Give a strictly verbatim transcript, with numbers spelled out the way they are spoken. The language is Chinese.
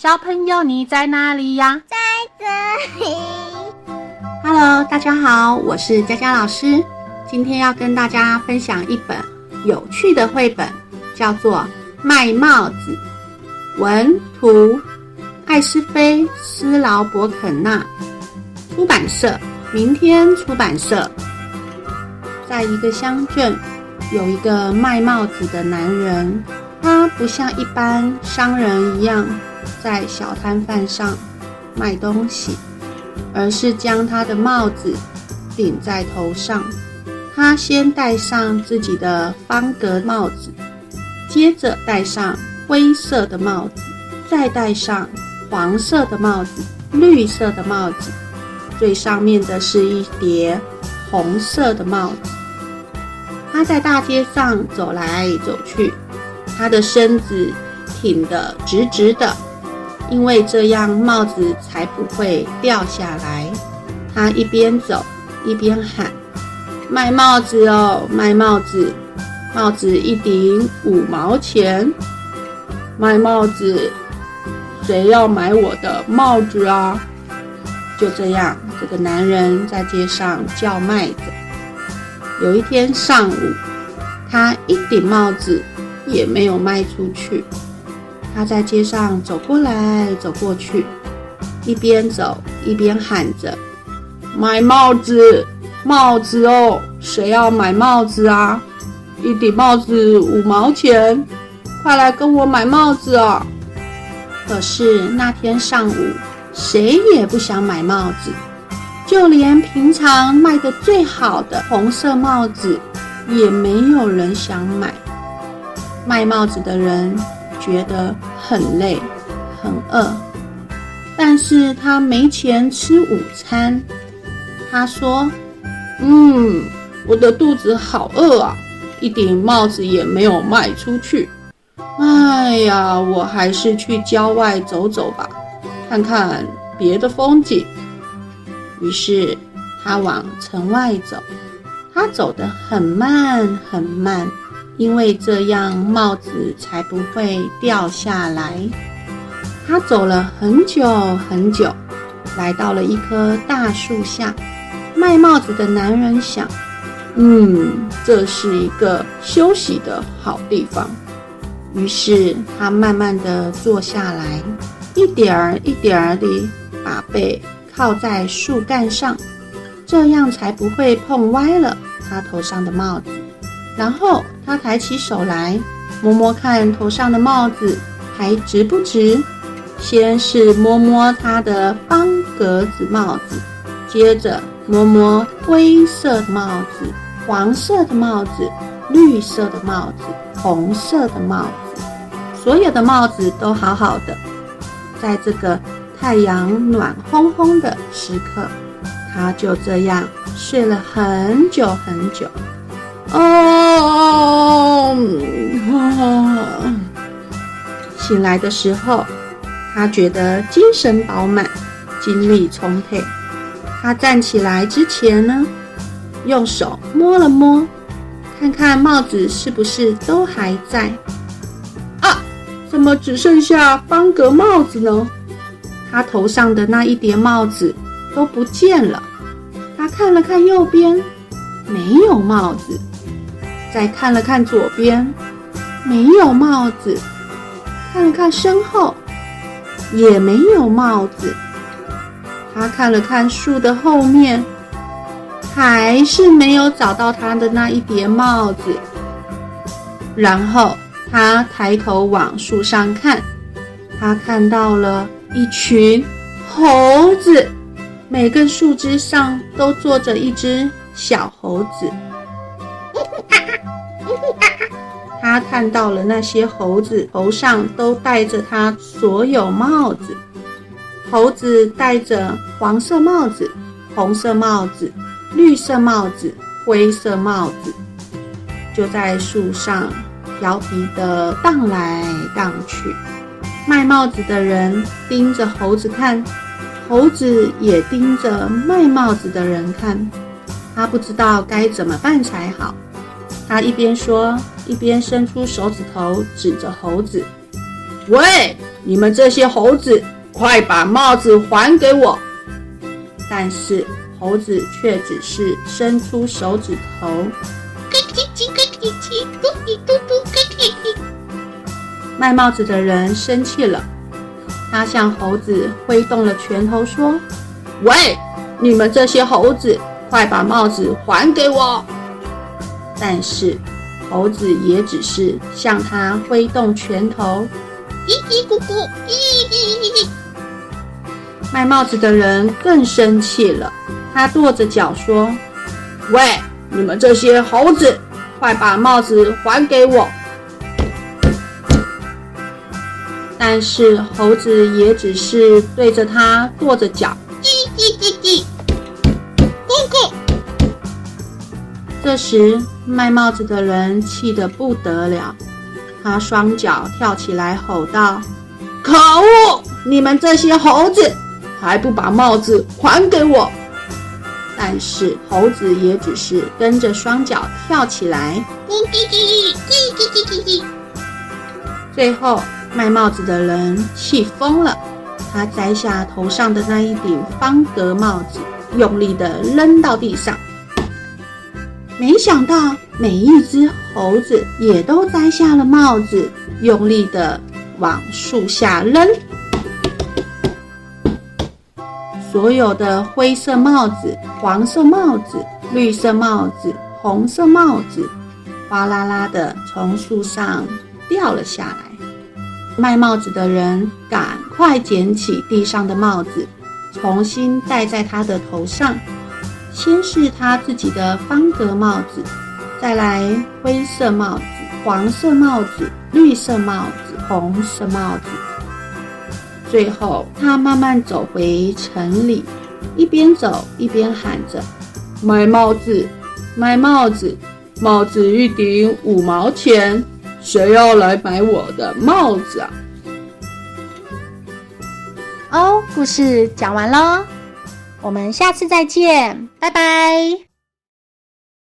小朋友你在哪里呀？ 在这里。 Hello， 大家好，我是佳佳老师。今天要跟大家分享一本有趣的绘本，叫做《卖帽子》，文图艾斯菲斯劳伯肯纳，出版社明天出版社。在一个乡镇，有一个卖帽子的男人，他不像一般商人一样在小摊贩上卖东西，而是将他的帽子顶在头上。他先戴上自己的方格帽子，接着戴上灰色的帽子，再戴上黄色的帽子、绿色的帽子，最上面的是一叠红色的帽子。他在大街上走来走去，他的身子挺得直直的，因为这样帽子才不会掉下来。他一边走一边喊：卖帽子哦，卖帽子，帽子一顶五毛钱。卖帽子，谁要买我的帽子啊？就这样，这个男人在街上叫卖着。有一天上午，他一顶帽子也没有卖出去。他在街上走过来走过去，一边走一边喊着：买帽子，帽子哦，谁要买帽子啊？一顶帽子五毛钱，快来跟我买帽子啊！可是那天上午，谁也不想买帽子，就连平常卖得最好的红色帽子，也没有人想买。卖帽子的人觉得很累很饿，但是他没钱吃午餐。他说：嗯，我的肚子好饿啊，一顶帽子也没有卖出去。哎呀，我还是去郊外走走吧，看看别的风景。于是他往城外走，他走得很慢很慢，因为这样帽子才不会掉下来。他走了很久很久，来到了一棵大树下。卖帽子的男人想：嗯，这是一个休息的好地方。于是他慢慢地坐下来，一点儿一点儿地把背靠在树干上，这样才不会碰歪了他头上的帽子。然后他抬起手来，摸摸看头上的帽子还直不直。先是摸摸他的方格子帽子，接着摸摸灰色的帽子、黄色的帽子、绿色的帽子、红色的帽子。所有的帽子都好好的。在这个太阳暖烘烘的时刻，他就这样睡了很久很久。哦，醒来的时候，他觉得精神饱满，精力充沛。他站起来之前呢，用手摸了摸，看看帽子是不是都还在。啊，怎么只剩下方格帽子呢？他头上的那一叠帽子都不见了。他看了看右边，没有帽子。再看了看左边，没有帽子。看了看身后，也没有帽子。他看了看树的后面，还是没有找到他的那一叠帽子。然后他抬头往树上看，他看到了一群猴子，每根树枝上都坐着一只小猴子。他看到了那些猴子头上都戴着他所有帽子。猴子戴着黄色帽子、红色帽子、绿色帽子、灰色帽子，就在树上调皮地荡来荡去。卖帽子的人盯着猴子看，猴子也盯着卖帽子的人看。他不知道该怎么办才好。他一边说，一边伸出手指头指着猴子：喂， 你们这些猴子，快把帽子还给我！但是猴子却只是伸出手指头。卖帽子的人生气了，他向猴子挥动了拳头说：喂，你们这些猴子，快把帽子还给我！但是猴子也只是向他挥动拳头。 叽叽咕咕，叽叽叽叽。 卖帽子的人更生气了，他跺着脚说：喂，你们这些猴子，快把帽子还给我！但是猴子也只是对着他跺着脚。 叽叽叽叽，咕咕。 这时卖帽子的人气得不得了，他双脚跳起来吼道：可恶，你们这些猴子，还不把帽子还给我！但是猴子也只是跟着双脚跳起来。 咕叽叽叽叽叽叽叽。 最后卖帽子的人气疯了，他摘下头上的那一顶方格帽子，用力地扔到地上。没想到每一只猴子也都摘下了帽子，用力地往树下扔。所有的灰色帽子、黄色帽子、绿色帽子、红色帽子，哗啦啦地从树上掉了下来。卖帽子的人赶快捡起地上的帽子，重新戴在他的头上。先是他自己的方格帽子，再来灰色帽子、黄色帽子、绿色帽子、红色帽子。最后他慢慢走回城里，一边走一边喊着：卖帽子，卖帽子，帽子一顶五毛钱，谁要来买我的帽子啊？ 哦，故事讲完咯，我们下次再见，拜拜。